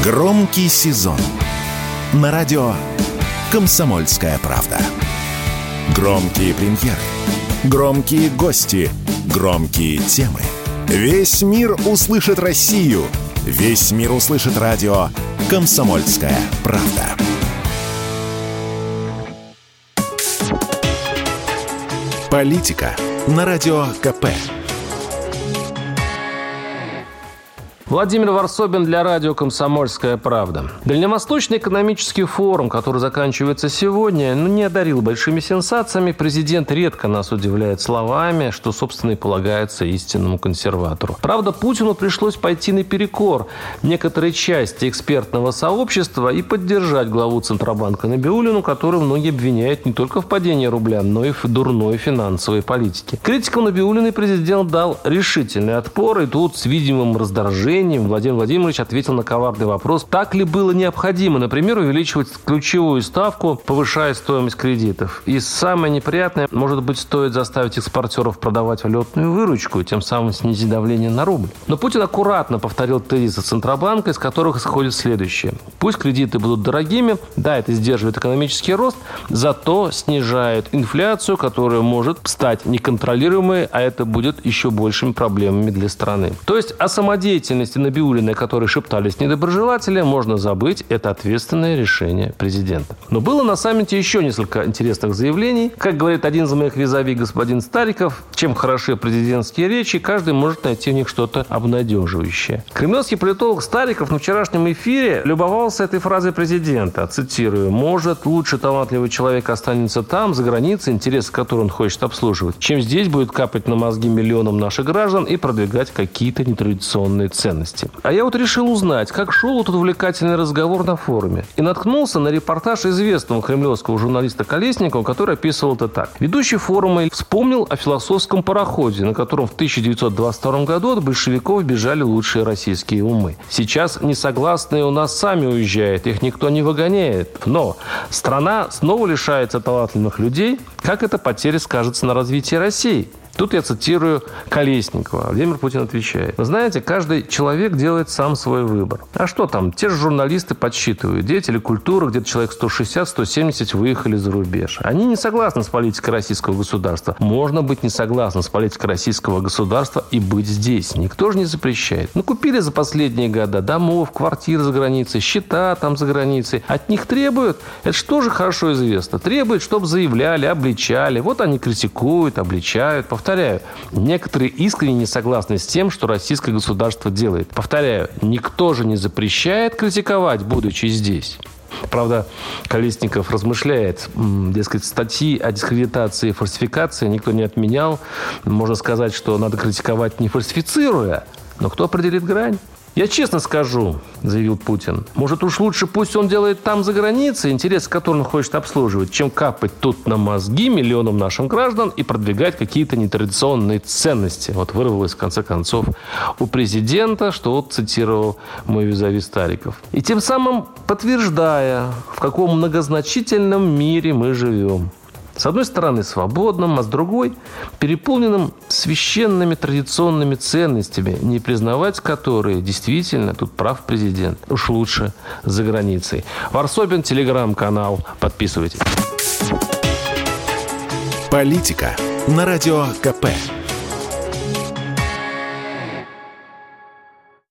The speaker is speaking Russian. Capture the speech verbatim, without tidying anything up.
Громкий сезон на радио «Комсомольская правда». Громкие премьеры, громкие гости, громкие темы. Весь мир услышит Россию. Весь мир услышит радио «Комсомольская правда». Политика на радио ка пэ. Владимир Варсобин для радио «Комсомольская правда». Дальневосточный экономический форум, который заканчивается сегодня, ну, не одарил большими сенсациями. Президент редко нас удивляет словами, что, собственно, и полагается истинному консерватору. Правда, Путину пришлось пойти наперекор некоторой части экспертного сообщества и поддержать главу Центробанка Набиуллину, которую многие обвиняют не только в падении рубля, но и в дурной финансовой политике. Критикам Набиуллиной президент дал решительный отпор, и тут с видимым раздражением Владимир Владимирович ответил на коварный вопрос, так ли было необходимо, например, увеличивать ключевую ставку, повышая стоимость кредитов. И самое неприятное, может быть, стоит заставить экспортеров продавать валютную выручку и тем самым снизить давление на рубль. Но Путин аккуратно повторил тезисы Центробанка, из которых исходит следующее. Пусть кредиты будут дорогими, да, это сдерживает экономический рост, зато снижает инфляцию, которая может стать неконтролируемой, а это будет еще большими проблемами для страны. То есть о самодеятельности Набиуллиной, о которой шептались недоброжелатели, можно забыть. Это ответственное решение президента. Но было на саммите еще несколько интересных заявлений. Как говорит один из моих визави, господин Стариков, чем хороши президентские речи, каждый может найти в них что-то обнадеживающее. Кремлевский политолог Стариков на вчерашнем эфире любовался этой фразой президента. Цитирую: «Может, лучше талантливый человек останется там, за границей, интересы которых он хочет обслуживать, чем здесь будет капать на мозги миллионам наших граждан и продвигать какие-то нетрадиционные ценности». А я вот решил узнать, как шел этот увлекательный разговор на форуме. И наткнулся на репортаж известного кремлевского журналиста Колесникова, который описывал это так. Ведущий форума вспомнил о философском пароходе, на котором в тысяча девятьсот двадцать втором году от большевиков бежали лучшие российские умы. Сейчас несогласные у нас сами уезжают, их никто не выгоняет. Но страна снова лишается талантливых людей. Как эта потеря скажется на развитии России? Тут я цитирую Колесникова. Владимир Путин отвечает: вы знаете, каждый человек делает сам свой выбор. А что там? Те же журналисты подсчитывают. Деятели культуры, где-то человек сто шестьдесят - сто семьдесят выехали за рубеж. Они не согласны с политикой российского государства. Можно быть не согласным с политикой российского государства и быть здесь. Никто же не запрещает. Ну, купили за последние года домов, квартир за границей, счета там за границей. От них требуют. Это же тоже хорошо известно. Требуют, чтобы заявляли, обличали. Вот они критикуют, обличают. Повторяю, некоторые искренне не согласны с тем, что российское государство делает. Повторяю, никто же не запрещает критиковать, будучи здесь. Правда, Колесников размышляет, дескать, статьи о дискредитации и фальсификации никто не отменял. Можно сказать, что надо критиковать не фальсифицируя, но кто определит грань? Я честно скажу, заявил Путин, может уж лучше пусть он делает там за границей, интересы которых он хочет обслуживать, чем капать тут на мозги миллионам наших граждан и продвигать какие-то нетрадиционные ценности. Вот вырвалось в конце концов у президента, что вот цитировал мой визави Стариков. И тем самым подтверждая, в каком многозначительном мире мы живем. С одной стороны свободным, а с другой переполненным священными традиционными ценностями, не признавать которые действительно, тут прав президент, уж лучше за границей. Варсобин, телеграм-канал. Подписывайтесь. Политика на радио ка пэ.